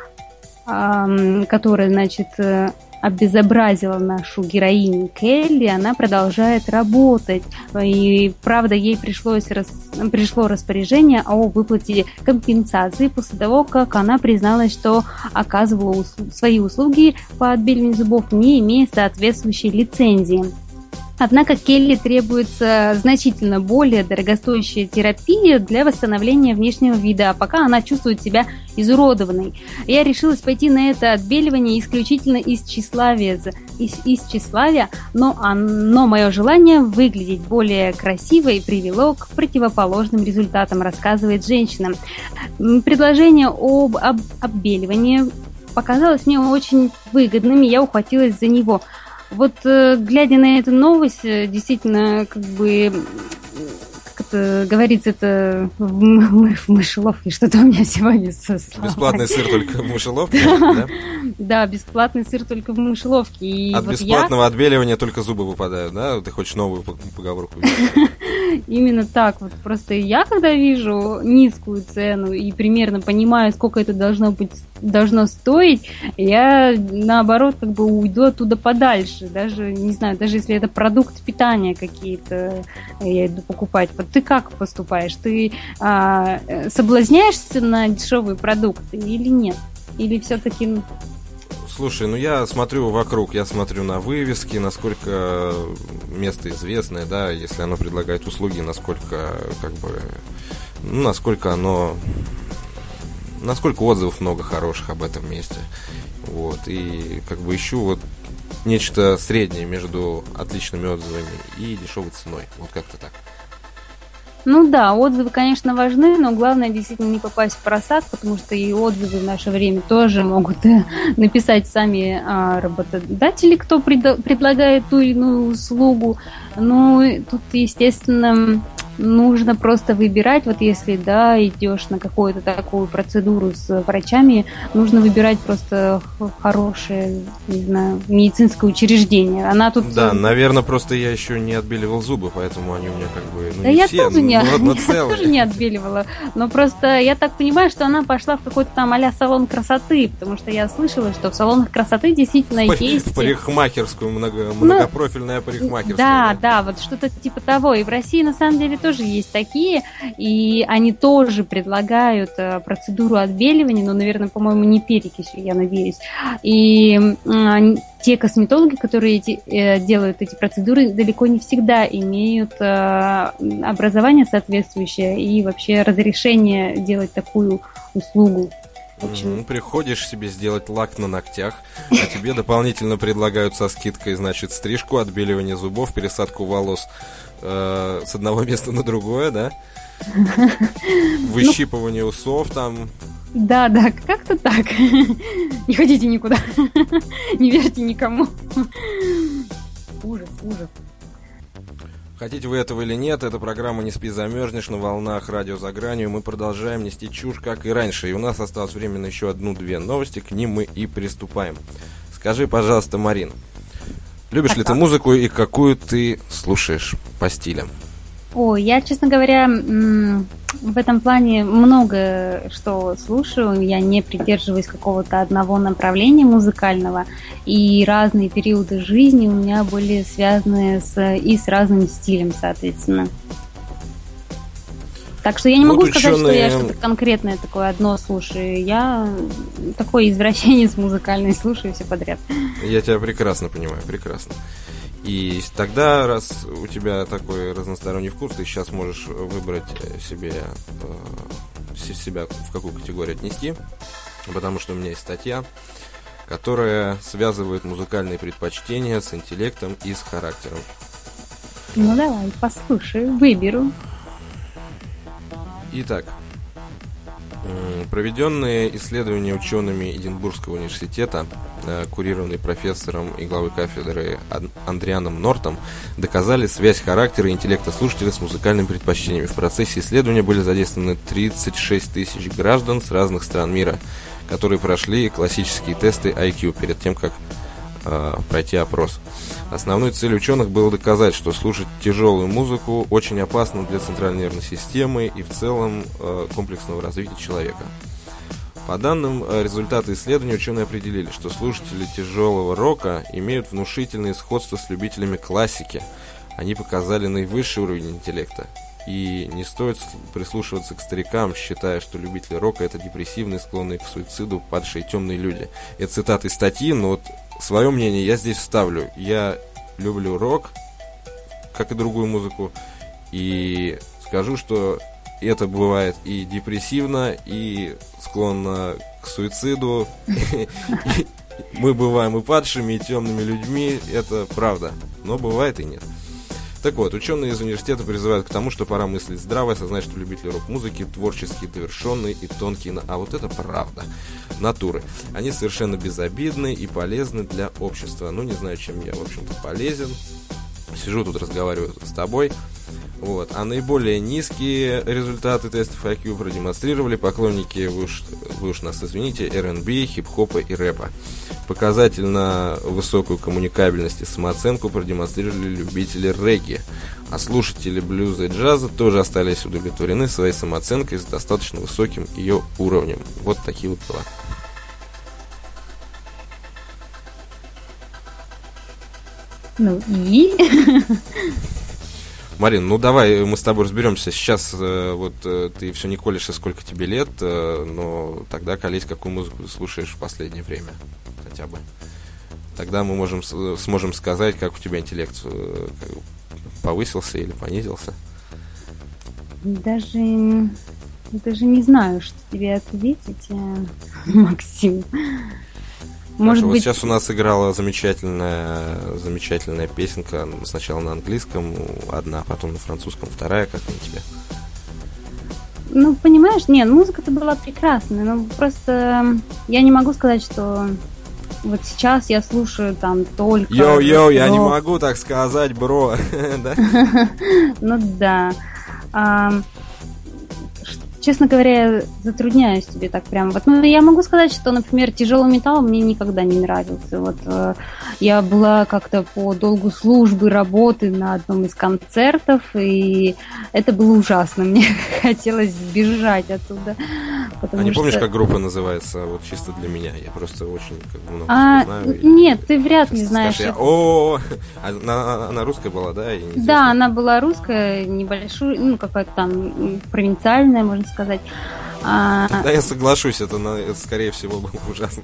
которая, значит, обезобразила нашу героиню Келли, она продолжает работать. И, правда, ей пришлось, пришло распоряжение о выплате компенсации после того, как она призналась, что оказывала свои услуги по отбеливанию зубов, не имея соответствующей лицензии. Однако Келли требуется значительно более дорогостоящая терапия для восстановления внешнего вида, а пока она чувствует себя изуродованной. Я решилась пойти на это отбеливание исключительно из тщеславия, из, из тщеславия, но, но мое желание выглядеть более красивой привело к противоположным результатам, рассказывает женщина. Предложение об, об отбеливании показалось мне очень выгодным, и я ухватилась за него. Вот, э, глядя на эту новость, действительно, как бы, как это говорится, это в, м- в мышеловке, что-то у меня сегодня со словами. Бесплатный сыр только в мышеловке, да? Да, бесплатный сыр только в мышеловке. И От вот бесплатного я... отбеливания только зубы выпадают, да? Ты хочешь новую поговорку? Именно так. Вот просто я, когда вижу низкую цену и примерно понимаю, сколько это должно быть, должно стоить, я, наоборот, как бы уйду оттуда подальше. Даже, не знаю, даже если это продукт питания какие-то, я иду покупать. Вот ты как поступаешь? Ты а, соблазняешься на дешевые продукты или нет? Или все-таки... Слушай, ну я смотрю вокруг, я смотрю на вывески, насколько место известное, да, если оно предлагает услуги, насколько, как бы, ну, насколько оно, насколько отзывов много хороших об этом месте, вот, и как бы ищу вот нечто среднее между отличными отзывами и дешевой ценой, вот как-то так. Ну да, отзывы, конечно, важны, но главное действительно не попасть в просак, потому что и отзывы в наше время тоже могут э, написать сами а, работодатели, кто пред, предлагает ту или иную услугу. Ну, тут, естественно, нужно просто выбирать, вот если, да, идешь на какую-то такую процедуру с врачами, нужно выбирать просто хорошее, не знаю, медицинское учреждение. Она тут... Да, наверное, просто я еще не отбеливал зубы, поэтому они у меня как бы, ну, да не я все, тоже не, но, но я тоже не отбеливала, но просто я так понимаю, что она пошла в какой-то там а-ля салон красоты, потому что я слышала, что в салонах красоты действительно в есть... В парикмахерскую, много, многопрофильная ну, парикмахерская. Да, да, да, вот что-то типа того. И в России на самом деле тоже есть такие, и они тоже предлагают э, процедуру отбеливания, но, наверное, по-моему, не перекисью, я надеюсь. И э, те косметологи, которые эти, э, делают эти процедуры, далеко не всегда имеют э, образование соответствующее и вообще разрешение делать такую услугу. Mm-hmm. Приходишь себе сделать лак на ногтях, а тебе дополнительно предлагают со скидкой, значит, стрижку, отбеливание зубов, пересадку волос э, с одного места на другое, да? Выщипывание усов там. Да, да, как-то так. Не ходите никуда. Не верьте никому. Ужас, ужас. Хотите вы этого или нет, эта программа «Не спи, замерзнешь» на волнах радио «За гранью». Мы продолжаем нести чушь, как и раньше. И у нас осталось время на еще одну-две новости, к ним мы и приступаем. Скажи, пожалуйста, Марин, любишь ли ты музыку и какую ты слушаешь по стилям? О, я, честно говоря, в этом плане много что слушаю. Я не придерживаюсь какого-то одного направления музыкального. И разные периоды жизни у меня были связаны с, и с разным стилем, соответственно. Так что я не могу вот сказать, ученые... что я что-то конкретное такое одно слушаю. Я такой извращенец музыкальный, слушаю все подряд. Я тебя прекрасно понимаю, прекрасно. И тогда, раз у тебя такой разносторонний вкус, ты сейчас можешь выбрать себе э, себя в какую категорию отнести, потому что у меня есть статья, которая связывает музыкальные предпочтения с интеллектом и с характером. Ну давай, послушаю, выберу. Итак, проведенные исследования учеными Эдинбургского университета, курированные профессором и главой кафедры Андрианом Нортом, доказали связь характера и интеллекта слушателя с музыкальными предпочтениями. В процессе исследования были задействованы тридцать шесть тысяч граждан с разных стран мира, которые прошли классические тесты ай кью перед тем, как э, пройти опрос. Основной целью ученых было доказать, что слушать тяжелую музыку очень опасно для центральной нервной системы и в целом э, комплексного развития человека. По данным э, результата исследования, ученые определили, что слушатели тяжелого рока имеют внушительные сходства с любителями классики. Они показали наивысший уровень интеллекта. И не стоит прислушиваться к старикам, считая, что любители рока — это депрессивные, склонные к суициду, падшие темные люди. Это цитаты из статьи, но вот свое мнение я здесь вставлю. Я люблю рок, как и другую музыку, и скажу, что это бывает и депрессивно, и склонно к суициду. Мы бываем и падшими, и темными людьми, это правда, но бывает и нет. Так вот, ученые из университета призывают к тому, что пора мыслить здраво, осознать, что любители рок-музыки творческие, довершенные и тонкие, а вот это правда, натуры. Они совершенно безобидны и полезны для общества. Ну, не знаю, чем я, в общем-то, полезен. Сижу тут, разговариваю с тобой. Вот. А наиболее низкие результаты тестов ай кью продемонстрировали поклонники, вы уж, вы уж нас извините, эр энд би, хип-хопа и рэпа. Показательно высокую коммуникабельность и самооценку продемонстрировали любители регги. А слушатели блюза и джаза тоже остались удовлетворены своей самооценкой с достаточно высоким ее уровнем. Вот такие вот дела. Ну и... Марин, ну давай мы с тобой разберемся. Сейчас э, вот э, ты все не колешься, сколько тебе лет, э, но тогда колись, какую музыку ты слушаешь в последнее время хотя бы. Тогда мы можем сможем сказать, как у тебя интеллект э, повысился или понизился. Даже, даже не знаю, что тебе ответить, Максим. Может Хорошо, быть... Вот сейчас у нас играла замечательная, замечательная песенка. Сначала на английском одна, потом на французском вторая. Как на тебе? Ну, понимаешь, нет, музыка-то была прекрасная, но просто я не могу сказать, что вот сейчас я слушаю там только... Йоу-йоу, я не могу так сказать, бро. Ну да. Честно говоря, я затрудняюсь тебе так прям. Вот, ну, я могу сказать, что, например, тяжелый металл мне никогда не нравился. Вот э, я была как-то по долгу службы, работы на одном из концертов, и это было ужасно. Мне хотелось сбежать оттуда. А не что... помнишь, как группа называется? Вот чисто для меня. Я просто очень как бы, много а, знаю. Нет, и... ты вряд ли знаешь. Скажешь, я, о, она, она русская была, да? Да, она была русская, небольшая, ну какая-то там провинциальная, можно сказать. А... Да, я соглашусь, это, это скорее всего было ужасно.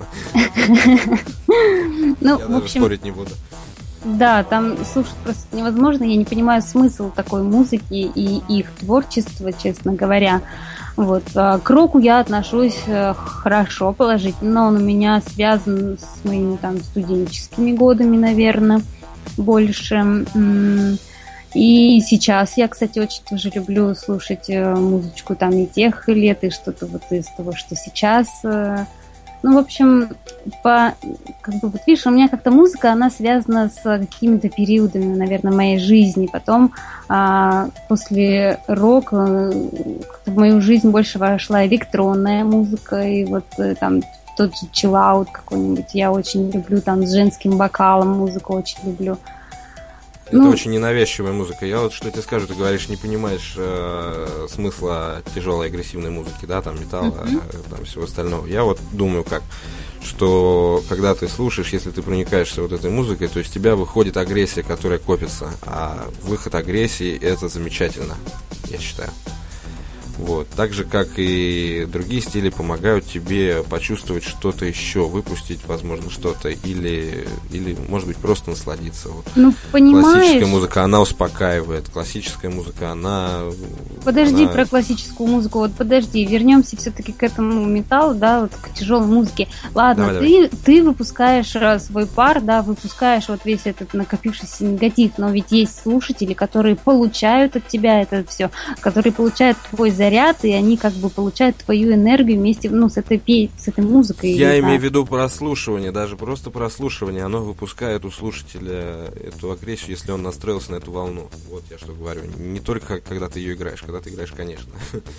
Ну, я в даже общем, спорить не буду. Да, там слушать просто невозможно. Я не понимаю смысл такой музыки и их творчества, честно говоря. Вот. К року я отношусь хорошо, положительно, но он у меня связан с моими там студенческими годами, наверное, больше. И сейчас я, кстати, очень тоже люблю слушать музычку там и тех лет, и что-то вот из того, что сейчас. Ну, в общем, по, как бы, вот видишь, у меня как-то музыка, она связана с какими-то периодами, наверное, моей жизни. Потом а, после рока в мою жизнь больше вошла электронная музыка, и вот там тот же чиллаут какой-нибудь. Я очень люблю там с женским вокалом музыку, очень люблю. Это ну, очень ненавязчивая музыка. Я вот что тебе скажу, ты говоришь, не понимаешь э, смысла тяжелой агрессивной музыки, да, там металла, uh-huh. э, там всего остального. Я вот думаю как, что когда ты слушаешь, если ты проникаешься вот этой музыкой, то из тебя выходит агрессия, которая копится. А выход агрессии — это замечательно, я считаю. Вот. Так же, как и другие стили помогают тебе почувствовать что-то еще, выпустить, возможно, что-то, или, или может быть, просто насладиться. Вот. Ну, понимаешь... Классическая музыка, она успокаивает. Классическая музыка, она... Подожди она... про классическую музыку, вот подожди, вернемся все-таки к этому металлу, да, вот к тяжелой музыке. Ладно, давай, ты, давай. ты выпускаешь свой пар, да, выпускаешь вот весь этот накопившийся негатив, но ведь есть слушатели, которые получают от тебя это все, которые получают твой заряд, и они как бы получают твою энергию вместе, ну, с этой, с этой музыкой. Я или, имею да. в виду прослушивание, даже просто прослушивание, оно выпускает у слушателя эту агрессию, если он настроился на эту волну. Вот я что говорю. Не только когда ты ее играешь, когда ты играешь, конечно.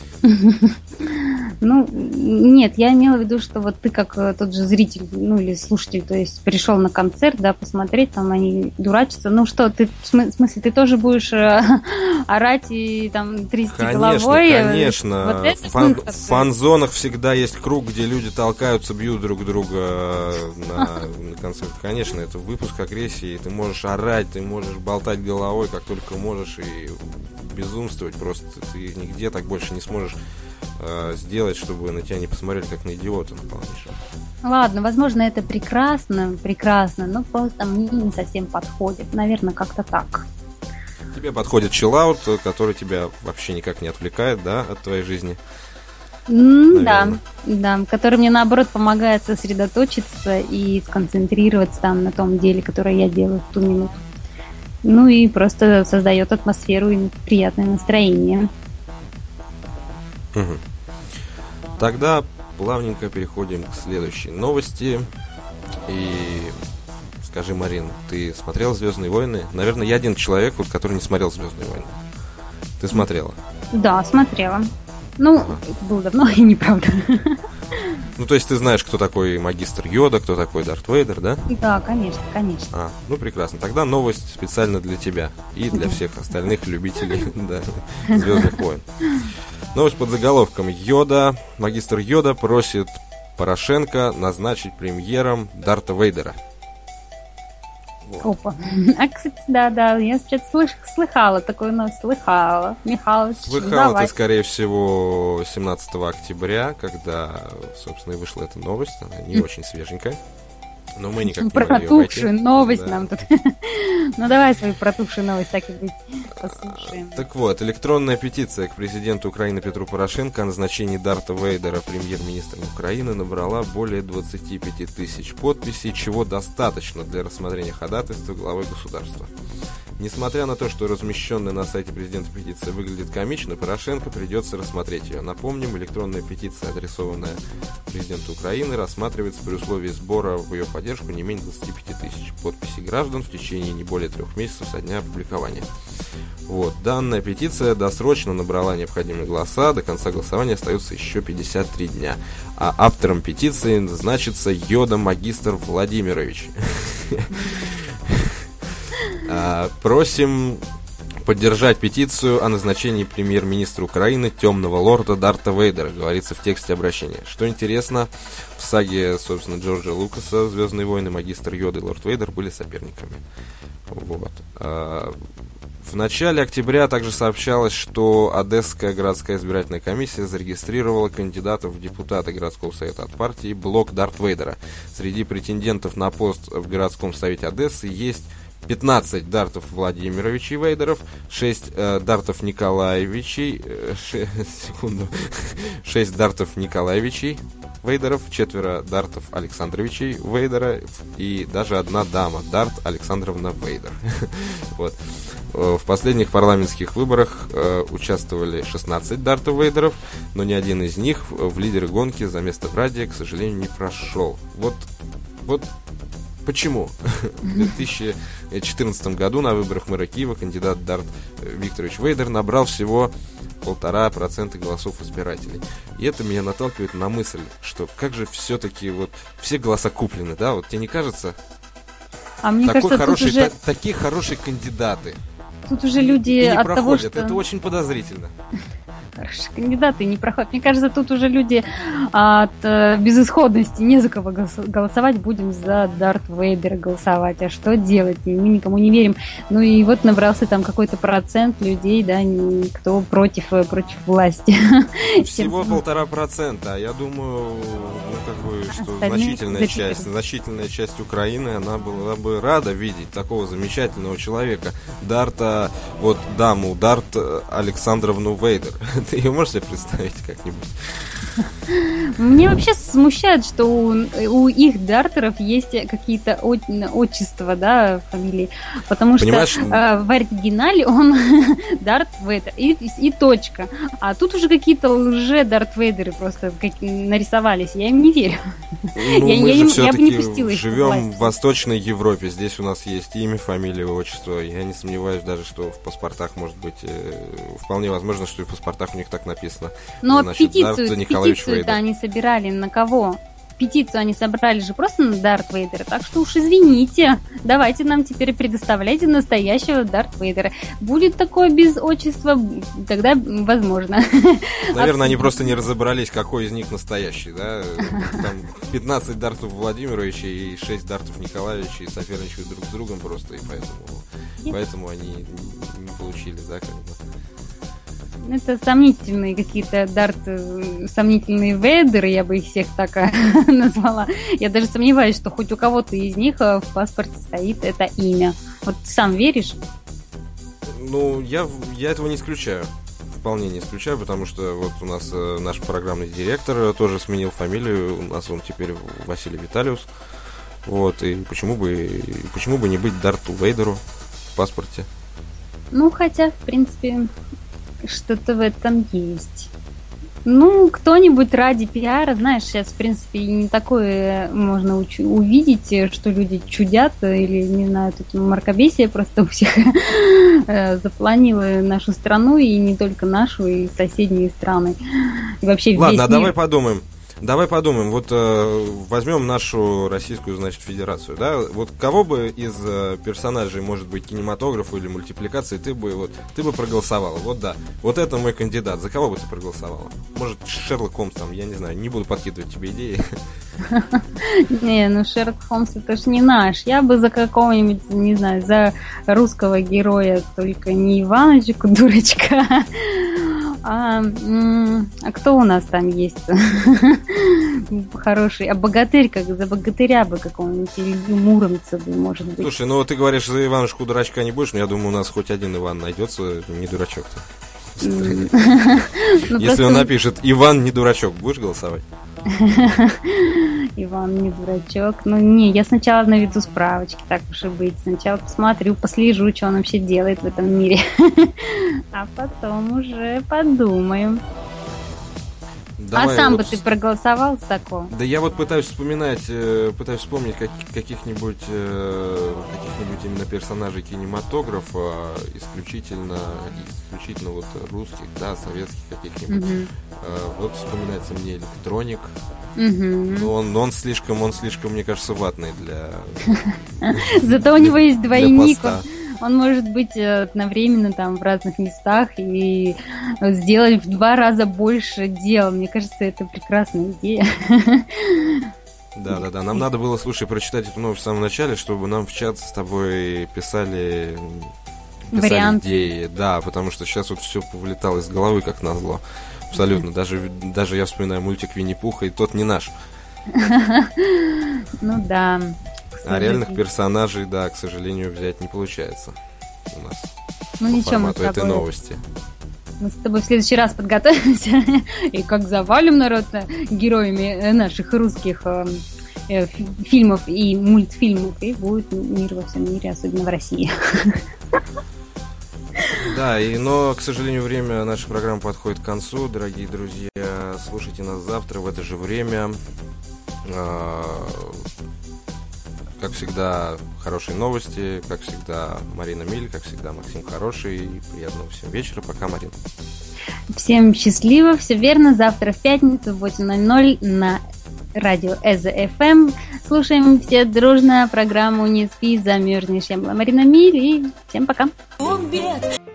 Ну, нет, я имела в виду, что вот ты как тот же зритель, ну, или слушатель, то есть пришел на концерт, да, посмотреть, там они дурачатся. Ну что, ты, в смысле, ты тоже будешь орать и там трясти конечно, головой? Конечно, вот в фан- фан-зонах всегда есть круг, где люди толкаются, бьют друг друга на, на концерте. Конечно, это выпуск агрессии, ты можешь орать, ты можешь болтать головой, как только можешь, и безумствовать просто. Ты нигде так больше не сможешь э, сделать, чтобы на тебя не посмотрели как на идиота на полнейшего. Ладно, возможно, это прекрасно, прекрасно, но просто мне не совсем подходит. Наверное, как-то так. Тебе подходит чиллаут, который тебя вообще никак не отвлекает, да, от твоей жизни? Mm, да, да, который мне, наоборот, помогает сосредоточиться и сконцентрироваться там на том деле, которое я делаю в ту минуту. Ну и просто создает атмосферу и приятное настроение. Угу. Тогда плавненько переходим к следующей новости. И скажи, Марин, ты смотрел «Звездные войны»? Наверное, я один человек, вот, который не смотрел «Звездные войны». Ты смотрела? Да, смотрела. Ну, ага. Это было давно и неправда. Ну, то есть ты знаешь, кто такой магистр Йода, кто такой Дарт Вейдер, да? Да, конечно, конечно. А, ну прекрасно. Тогда новость специально для тебя и для всех остальных любителей «Звездных войн». Новость под заголовком: Йода, магистр Йода просит Порошенко назначить премьером Дарта Вейдера. Вот. Опа. А, кстати, да, да, я сейчас слыш, слыхала такую новость, слыхала. Михалыч, Слыхала давай. Ты, скорее всего, семнадцатого октября, когда, собственно, и вышла эта новость. Она не очень свеженькая, но мы никак не могли ее обойти. Протухшую новость да. нам тут. Ну, давай свою протухшую новость, так и быть, послушаем. Так вот, электронная петиция к президенту Украины Петру Порошенко о назначении Дарта Вейдера премьер-министром Украины набрала более двадцать пять тысяч подписей, чего достаточно для рассмотрения ходатайства главы государства. Несмотря на то, что размещенная на сайте президента петиция выглядит комично, Порошенко придется рассмотреть ее. Напомним, электронная петиция, адресованная президенту Украины, рассматривается при условии сбора в ее поддержку не менее двадцать пять тысяч подписей граждан в течение не более трех месяцев со дня опубликования. Вот. Данная петиция досрочно набрала необходимые голоса, до конца голосования остается еще пятьдесят три дня. А автором петиции значится Йода Магистр Владимирович. Просим поддержать петицию о назначении премьер-министра Украины Темного Лорда Дарта Вейдера, говорится в тексте обращения. Что интересно, в саге, собственно, Джорджа Лукаса «Звездные войны» магистр Йода и Лорд Вейдер были соперниками. Вот. В начале октября также сообщалось, что Одесская городская избирательная комиссия зарегистрировала кандидатов в депутаты городского совета от партии «Блок Дарт Вейдера». Среди претендентов на пост в городском совете Одессы есть пятнадцать Дартов Владимировичей Вейдеров, шесть э, Дартов Николаевичей, э, ше, секунду, шесть Дартов Николаевичей Вейдеров, четверо Дартов Александровичей Вейдера и даже одна дама, Дарт Александровна Вейдер. Вот. В последних парламентских выборах э, участвовали шестнадцать Дартов Вейдеров, но ни один из них в лидеры гонки за место в Раде, к сожалению, не прошел. Вот, вот почему? В две тысячи четырнадцатом году на выборах мэра Киева кандидат Дарт Викторович Вейдер набрал всего полтора процента голосов избирателей. И это меня наталкивает на мысль, что как же все-таки вот все голоса куплены, да? Вот тебе не кажется? А мне такой кажется, хороший, тут уже... та, такие хорошие кандидаты. Тут уже люди и не от проходят. того, что... Это очень подозрительно. хорошие кандидаты не проходят. Мне кажется, тут уже люди от э, безысходности не за кого голосовать, будем за Дарт Вейдера голосовать. А что делать? Мы никому не верим. Ну и вот набрался там какой-то процент людей, да, кто против, против власти. Всего полтора процента. Я думаю, ну, как бы, что значительная часть, значительная часть Украины, она была бы рада видеть такого замечательного человека. Дарта, вот даму, Дарт Александровну Вейдер. Ты ее можешь себе представить как-нибудь? Мне вообще смущает, что у, у их дартеров есть какие-то от, отчества, да, фамилии, потому Понимаешь? что э, в оригинале он Дарт Вейдер и, и точка, а тут уже какие-то лже-Дарт Вейдеры просто как, нарисовались, я им не верю. Ну, я, мы я, же я все-таки бы не пустила их живем в Восточной Европе, здесь у нас есть имя, фамилия, отчество, я не сомневаюсь даже, что в паспортах может быть, э, вполне возможно, что и в паспортах у них так написано. Но Значит, петицию, петицию-то они собирали на кого? Петицию они собрали же просто на Дарт Вейдера, так что уж извините, давайте нам теперь предоставляйте настоящего Дарт Вейдера. Будет такое без отчества, тогда возможно. Наверное, они просто не разобрались, какой из них настоящий, да? Там пятнадцать Дартов Владимировичей и шесть Дартов Николаевичей соперничают друг с другом просто, и поэтому, поэтому они не получили, да, как бы. Это сомнительные какие-то дарты, сомнительные вейдеры, я бы их всех так назвала. Я даже сомневаюсь, что хоть у кого-то из них в паспорте стоит это имя. Вот ты сам веришь? Ну, я, я этого не исключаю. Вполне не исключаю, потому что вот у нас э, наш программный директор тоже сменил фамилию. У нас он теперь Василий Виталиус. Вот, и почему бы, почему бы не быть Дарту Вейдеру в паспорте? Ну, хотя, в принципе, что-то в этом есть. Ну, кто-нибудь ради пиара, знаешь, сейчас, в принципе, не такое можно уч- увидеть, что люди чудят, или, не знаю, тут мракобесие просто у всех запланило нашу страну, и не только нашу, и соседние страны. И вообще весь Ладно, а мир. давай подумаем. Давай подумаем, вот э, возьмем нашу Российскую, значит, Федерацию, да, вот кого бы из э, персонажей, может быть, кинематографа или мультипликации ты бы, вот, ты бы проголосовала, вот да, вот это мой кандидат, за кого бы ты проголосовала? Может, Шерлок Холмс там, я не знаю, не буду подкидывать тебе идеи. Не, ну Шерлок Холмс это ж не наш, я бы за какого-нибудь, не знаю, за русского героя, только не Иваночку, дурочка. А, а кто у нас там есть? Хороший. А богатырь, как за богатыря бы какого-нибудь, или Муромца бы, может быть. Слушай, ну ты говоришь, за Иванушку дурачка не будешь, но я думаю, у нас хоть один Иван найдется, не дурачок-то. Если он напишет «Иван не дурачок», будешь голосовать? Иван не дурачок. Ну не, я сначала наведу справочки, так уж и быть. Сначала посмотрю, послежу, что он вообще делает в этом мире. А потом уже подумаем. Давай, а сам вот бы ты проголосовал за такого? Да я вот пытаюсь вспоминать, э, пытаюсь вспомнить как, каких-нибудь, э, каких-нибудь именно персонажей кинематографа, исключительно, исключительно вот русских, да, советских каких-нибудь. Угу. Э, вот вспоминается мне Электроник. Угу. Но он, он слишком, он слишком, мне кажется, ватный для. Зато у него есть двойник. Он может быть одновременно там в разных местах и сделать в два раза больше дел. Мне кажется, это прекрасная идея. Да, да, да. Нам надо было, слушай, прочитать эту новость в самом начале, чтобы нам в чат с тобой писали, писали вариант. идеи. Да, потому что сейчас вот все повылетало из головы, как назло. Абсолютно. Даже, даже я вспоминаю мультик Винни-Пуха, и тот не наш. Ну да. А реальных персонажей, да, к сожалению, взять не получается у нас. Ну ничего, мы с этой тобой... новости. Мы с тобой в следующий раз подготовимся и как завалим народ героями наших русских э, фильмов и мультфильмов, и будет мир во всем мире, особенно в России. Да, и, но, к сожалению, время нашей программы подходит к концу. Дорогие друзья, слушайте нас завтра в это же время. Как всегда, хорошие новости, как всегда, Марина Миль, как всегда, Максим Хороший. Приятного всем вечера. Пока, Марина. Всем счастливо, все верно. Завтра в пятницу в восемь ноль ноль на радио ЭЗ эф эм. Слушаем все дружно программу «Не спи, замерзнешь». Я была Марина Миль, и всем пока.